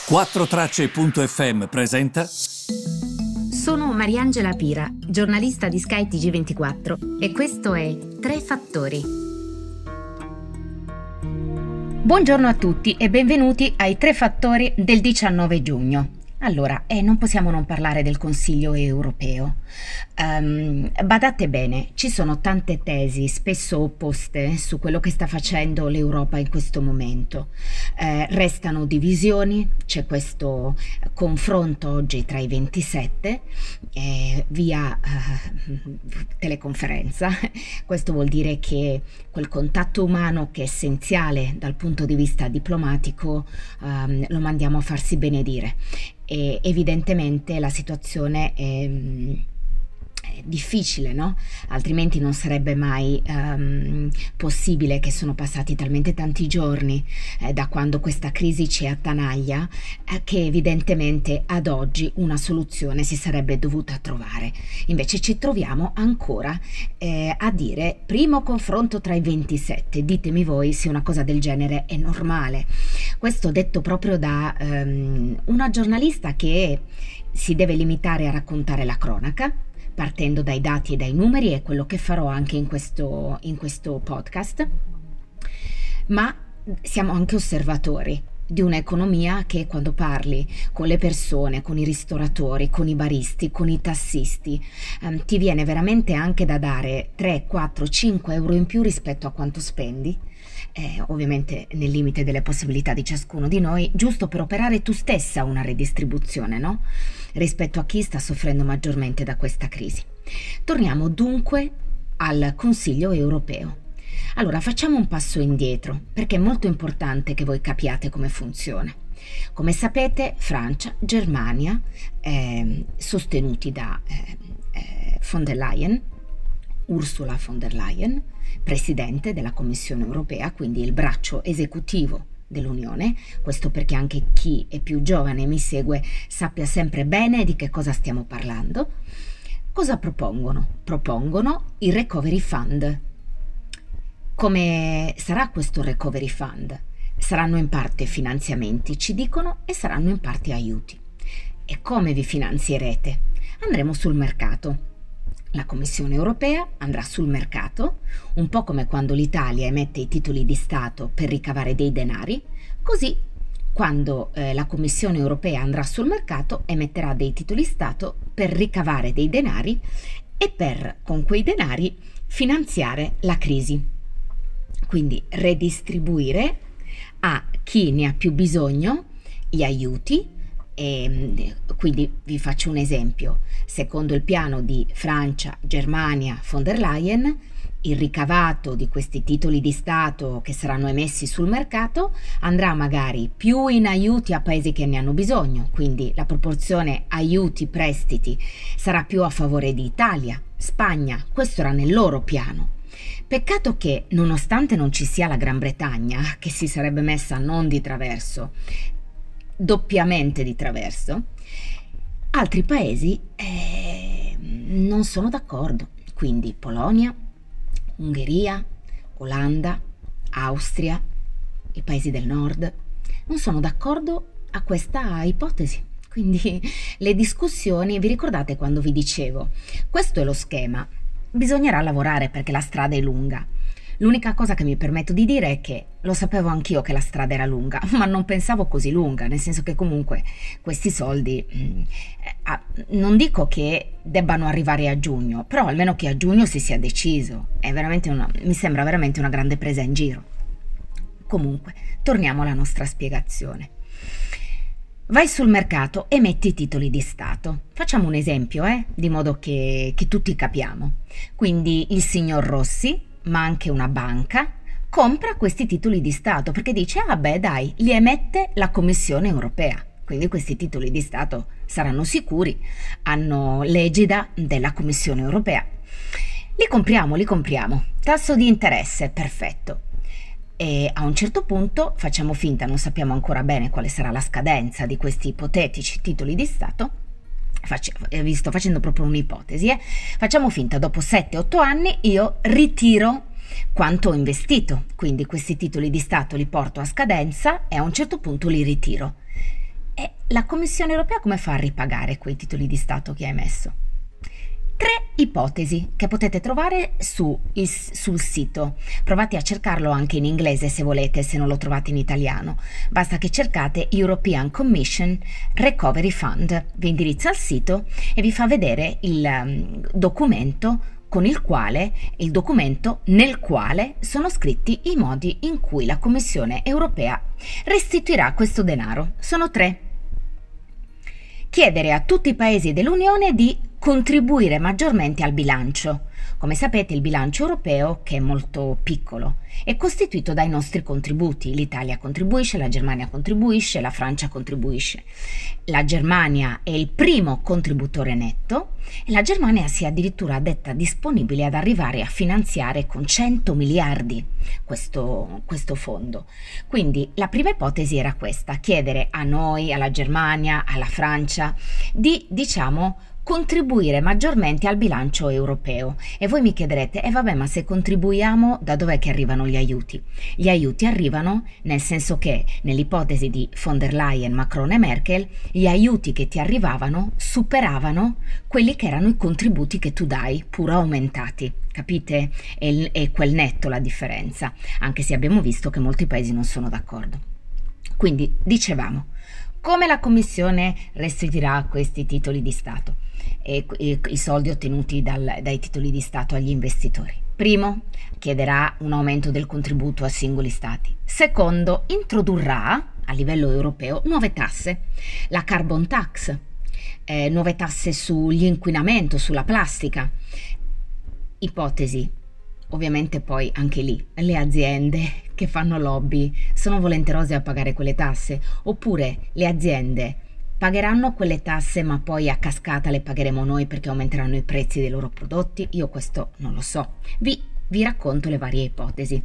4Tracce.fm presenta. Sono Mariangela Pira, giornalista di Sky TG24 e questo è Tre Fattori. Buongiorno a tutti e benvenuti ai Tre Fattori del 19 giugno. Allora, non possiamo non parlare del Consiglio europeo. Badate bene, ci sono tante tesi, spesso opposte, su quello che sta facendo l'Europa in questo momento. Restano divisioni, c'è questo confronto oggi tra i 27 via teleconferenza. Questo vuol dire che quel contatto umano che è essenziale dal punto di vista diplomatico lo mandiamo a farsi benedire. E evidentemente la situazione è difficile, no? Altrimenti non sarebbe mai possibile, che sono passati talmente tanti giorni da quando questa crisi ci attanaglia, che evidentemente ad oggi una soluzione si sarebbe dovuta trovare. Invece ci troviamo ancora a dire primo confronto tra i 27. Ditemi voi se una cosa del genere è normale. Questo detto proprio da una giornalista che si deve limitare a raccontare la cronaca, partendo dai dati e dai numeri, è quello che farò anche in questo podcast, ma siamo anche osservatori di un'economia che, quando parli con le persone, con i ristoratori, con i baristi, con i tassisti, ti viene veramente anche da dare 3, 4, 5 euro in più rispetto a quanto spendi, ovviamente nel limite delle possibilità di ciascuno di noi, giusto per operare tu stessa una redistribuzione, no? Rispetto a chi sta soffrendo maggiormente da questa crisi. Torniamo dunque al Consiglio europeo. Allora, facciamo un passo indietro, perché è molto importante che voi capiate come funziona. Come sapete, Francia, Germania, sostenuti da von der Leyen, Ursula von der Leyen, presidente della Commissione europea, quindi il braccio esecutivo dell'Unione, questo perché anche chi è più giovane e mi segue sappia sempre bene di che cosa stiamo parlando. Cosa propongono? Propongono il Recovery Fund. Come sarà questo Recovery Fund? Saranno in parte finanziamenti, ci dicono, e saranno in parte aiuti. E come vi finanzierete? Andremo sul mercato. La Commissione europea andrà sul mercato, un po' come quando l'Italia emette i titoli di Stato per ricavare dei denari, così quando la Commissione europea andrà sul mercato emetterà dei titoli di Stato per ricavare dei denari e per, con quei denari, finanziare la crisi. Quindi redistribuire a chi ne ha più bisogno gli aiuti. E quindi vi faccio un esempio. Secondo il piano di Francia, Germania, von der Leyen, il ricavato di questi titoli di Stato che saranno emessi sul mercato andrà magari più in aiuti a paesi che ne hanno bisogno, quindi la proporzione aiuti-prestiti sarà più a favore di Italia, Spagna, questo era nel loro piano. Peccato che, nonostante non ci sia la Gran Bretagna, che si sarebbe messa non di traverso, doppiamente di traverso, altri paesi non sono d'accordo, quindi Polonia, Ungheria, Olanda, Austria, i paesi del nord non sono d'accordo a questa ipotesi. Quindi le discussioni, vi ricordate quando vi dicevo, questo è lo schema, bisognerà lavorare perché la strada è lunga. L'unica cosa che mi permetto di dire è che lo sapevo anch'io che la strada era lunga, ma non pensavo così lunga, nel senso che comunque questi soldi, non dico che debbano arrivare a giugno, però almeno che a giugno si sia deciso. Mi sembra veramente una grande presa in giro. Comunque, torniamo alla nostra spiegazione. Vai sul mercato e metti i titoli di Stato. Facciamo un esempio, di modo che tutti capiamo. Quindi il signor Rossi, ma anche una banca, compra questi titoli di Stato perché dice, li emette la Commissione europea, quindi questi titoli di Stato saranno sicuri, hanno l'egida della Commissione europea. Li compriamo, tasso di interesse, perfetto. E a un certo punto facciamo finta, non sappiamo ancora bene quale sarà la scadenza di questi ipotetici titoli di Stato, vi sto facendo proprio un'ipotesi, facciamo finta, dopo 7-8 anni io ritiro quanto ho investito, quindi questi titoli di Stato li porto a scadenza e a un certo punto li ritiro. la Commissione europea come fa a ripagare quei titoli di Stato che ha emesso? 3 ipotesi che potete trovare sul sito. Provate a cercarlo anche in inglese se volete, se non lo trovate in italiano. Basta che cercate European Commission Recovery Fund, vi indirizza al sito e vi fa vedere il documento nel quale sono scritti i modi in cui la Commissione europea restituirà questo denaro. Sono 3. Chiedere a tutti i paesi dell'Unione di contribuire maggiormente al bilancio. Come sapete, il bilancio europeo, che è molto piccolo, è costituito dai nostri contributi. L'Italia contribuisce, la Germania contribuisce, la Francia contribuisce. La Germania è il primo contributore netto e la Germania si è addirittura detta disponibile ad arrivare a finanziare con 100 miliardi questo fondo. Quindi la prima ipotesi era questa: chiedere a noi, alla Germania, alla Francia di, contribuire maggiormente al bilancio europeo. E voi mi chiederete, vabbè, ma se contribuiamo, da dov'è che arrivano gli aiuti? Gli aiuti arrivano nel senso che, nell'ipotesi di von der Leyen, Macron e Merkel, gli aiuti che ti arrivavano superavano quelli che erano i contributi che tu dai, pur aumentati. Capite? È quel netto la differenza, anche se abbiamo visto che molti paesi non sono d'accordo. Quindi, dicevamo, come la Commissione restituirà questi titoli di Stato e i soldi ottenuti dai titoli di Stato agli investitori? Primo, chiederà un aumento del contributo a singoli Stati. Secondo, introdurrà a livello europeo nuove tasse, la carbon tax, nuove tasse sull'inquinamento, sulla plastica. Ipotesi. Ovviamente poi anche lì le aziende che fanno lobby sono volenterose a pagare quelle tasse, oppure le aziende pagheranno quelle tasse ma poi a cascata le pagheremo noi perché aumenteranno i prezzi dei loro prodotti? Io questo non lo so. Vi racconto le varie ipotesi.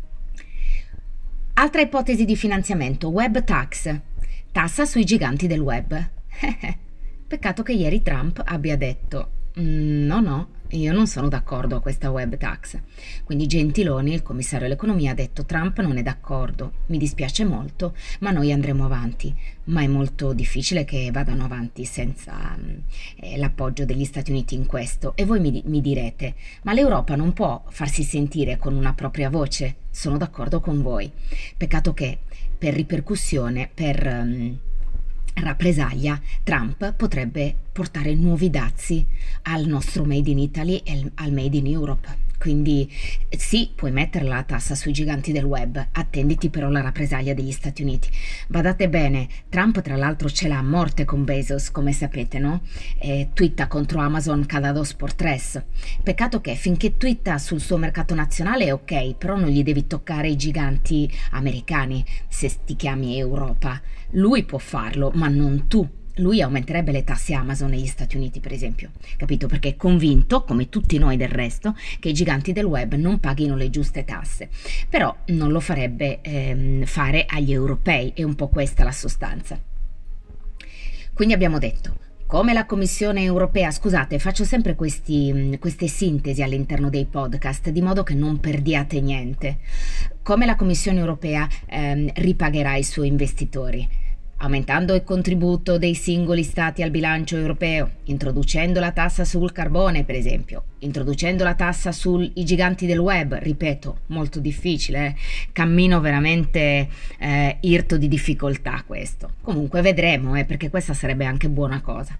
Altra ipotesi di finanziamento: web tax, tassa sui giganti del web. Peccato che ieri Trump abbia detto no, io non sono d'accordo a questa web tax. Quindi Gentiloni, il commissario all'economia, ha detto: Trump non è d'accordo, mi dispiace molto, ma noi andremo avanti. Ma è molto difficile che vadano avanti senza l'appoggio degli Stati Uniti in questo. E voi mi direte: ma l'Europa non può farsi sentire con una propria voce? Sono d'accordo con voi. Peccato che per ripercussione, per rappresaglia, Trump potrebbe portare nuovi dazi al nostro Made in Italy e al Made in Europe. Quindi sì, puoi mettere la tassa sui giganti del web, attenditi però la rappresaglia degli Stati Uniti. Badate bene, Trump tra l'altro ce l'ha a morte con Bezos, come sapete, no? Twitta contro Amazon cada 2 por 3. Peccato che finché twitta sul suo mercato nazionale è ok, però non gli devi toccare i giganti americani se ti chiami Europa. Lui può farlo, ma non tu. Lui aumenterebbe le tasse Amazon negli Stati Uniti, per esempio, capito? Perché è convinto, come tutti noi del resto, che i giganti del web non paghino le giuste tasse, però non lo farebbe fare agli europei, è un po' questa la sostanza. Quindi abbiamo detto, come la Commissione europea, scusate, faccio sempre queste sintesi all'interno dei podcast, di modo che non perdiate niente. Come la Commissione europea ripagherà i suoi investitori? Aumentando il contributo dei singoli stati al bilancio europeo, introducendo la tassa sul carbone, per esempio, introducendo la tassa sui giganti del web, ripeto, molto difficile, cammino veramente irto di difficoltà questo. Comunque vedremo, perché questa sarebbe anche buona cosa.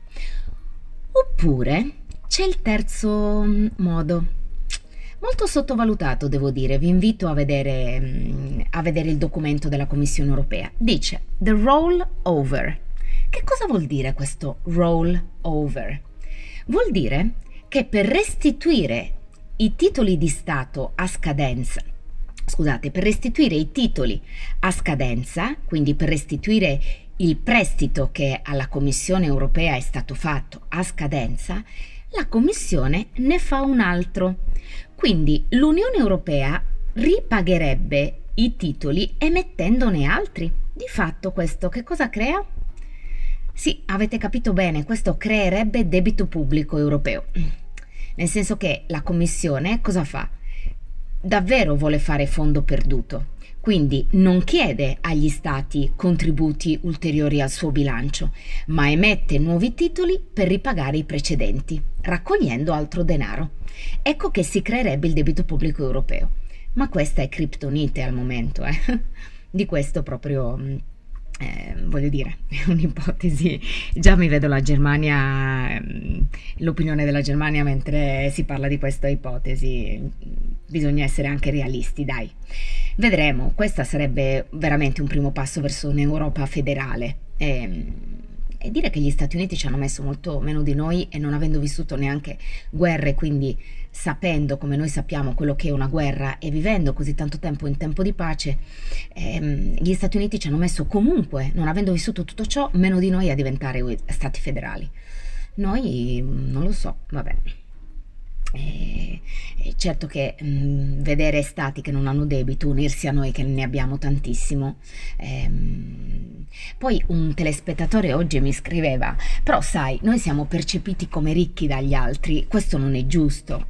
Oppure c'è il terzo modo, molto sottovalutato, devo dire. Vi invito a vedere il documento della Commissione europea. Dice the roll over. Che cosa vuol dire questo roll over? Vuol dire che per restituire i titoli di Stato a scadenza, per restituire i titoli a scadenza, quindi per restituire il prestito che alla Commissione europea è stato fatto a scadenza, la Commissione ne fa un altro. Quindi l'Unione Europea ripagherebbe i titoli emettendone altri. Di fatto questo che cosa crea? Sì, avete capito bene, questo creerebbe debito pubblico europeo. Nel senso che la Commissione cosa fa? davvero vuole fare fondo perduto. Quindi non chiede agli stati contributi ulteriori al suo bilancio, ma emette nuovi titoli per ripagare i precedenti, raccogliendo altro denaro. Ecco che si creerebbe il debito pubblico europeo. Ma questa è criptonite al momento, Di questo proprio, voglio dire, è un'ipotesi. Già mi vedo la Germania, l'opinione della Germania mentre si parla di questa ipotesi. Bisogna essere anche realisti, dai. Vedremo, questa sarebbe veramente un primo passo verso un'Europa federale. E dire che gli Stati Uniti ci hanno messo molto meno di noi e non avendo vissuto neanche guerre, quindi sapendo come noi sappiamo quello che è una guerra e vivendo così tanto tempo in tempo di pace, gli Stati Uniti ci hanno messo comunque, non avendo vissuto tutto ciò, meno di noi a diventare stati federali. Noi non lo so, vabbè. È certo che vedere stati che non hanno debito unirsi a noi che ne abbiamo tantissimo. Poi un telespettatore oggi mi scriveva: però sai, noi siamo percepiti come ricchi dagli altri, questo non è giusto.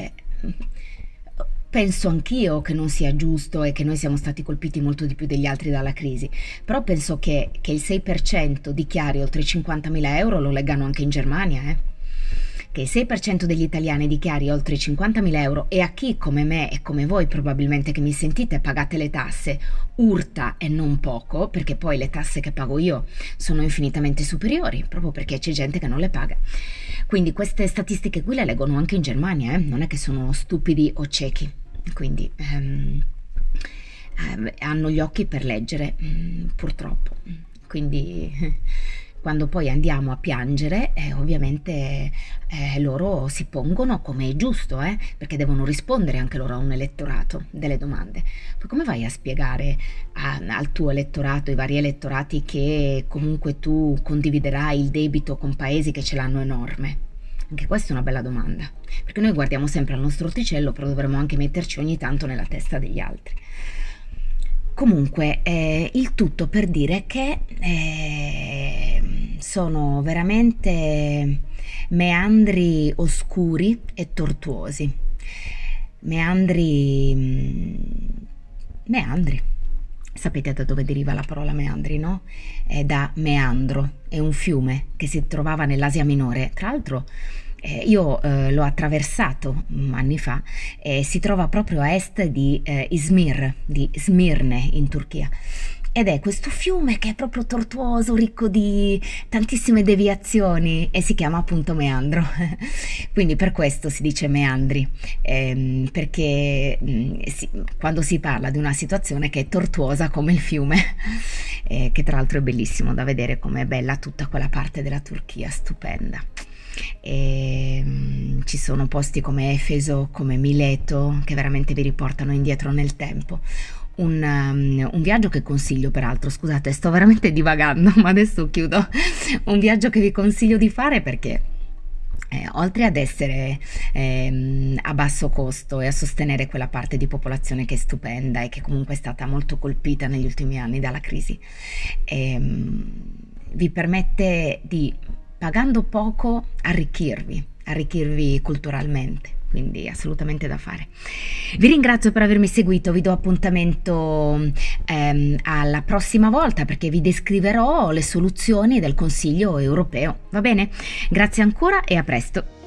Penso anch'io che non sia giusto e che noi siamo stati colpiti molto di più degli altri dalla crisi, però penso che il 6% dichiari oltre i 50.000 euro, lo leggano anche in Germania, che il 6% degli italiani dichiari oltre i 50.000 euro, e a chi come me e come voi probabilmente che mi sentite pagate le tasse urta e non poco, perché poi le tasse che pago io sono infinitamente superiori, proprio perché c'è gente che non le paga. Quindi queste statistiche qui le leggono anche in Germania, non è che sono stupidi o ciechi, quindi hanno gli occhi per leggere, purtroppo. Quindi quando poi andiamo a piangere, ovviamente loro si pongono come è giusto, perché devono rispondere anche loro a un elettorato delle domande. Poi come vai a spiegare al tuo elettorato, ai vari elettorati, che comunque tu condividerai il debito con paesi che ce l'hanno enorme? Anche questa è una bella domanda, perché noi guardiamo sempre al nostro orticello, però dovremmo anche metterci ogni tanto nella testa degli altri. Comunque, il tutto per dire che sono veramente meandri oscuri e tortuosi. Meandri. Sapete da dove deriva la parola meandri, no? È da meandro, è un fiume che si trovava nell'Asia Minore. Tra l'altro io l'ho attraversato anni fa, si trova proprio a est di Izmir, di Smirne in Turchia. Ed è questo fiume che è proprio tortuoso, ricco di tantissime deviazioni, e si chiama appunto meandro. Quindi per questo si dice meandri, perché quando si parla di una situazione che è tortuosa come il fiume, che tra l'altro è bellissimo da vedere, com'è bella tutta quella parte della Turchia, stupenda. Ci sono posti come Efeso, come Mileto, che veramente vi riportano indietro nel tempo. Un viaggio che consiglio, peraltro, scusate, sto veramente divagando, ma adesso chiudo. Un viaggio che vi consiglio di fare perché oltre ad essere a basso costo e a sostenere quella parte di popolazione che è stupenda e che comunque è stata molto colpita negli ultimi anni dalla crisi, vi permette di, pagando poco, arricchirvi culturalmente. Quindi assolutamente da fare. Vi ringrazio per avermi seguito, vi do appuntamento alla prossima volta, perché vi descriverò le soluzioni del Consiglio europeo. Va bene? Grazie ancora e a presto.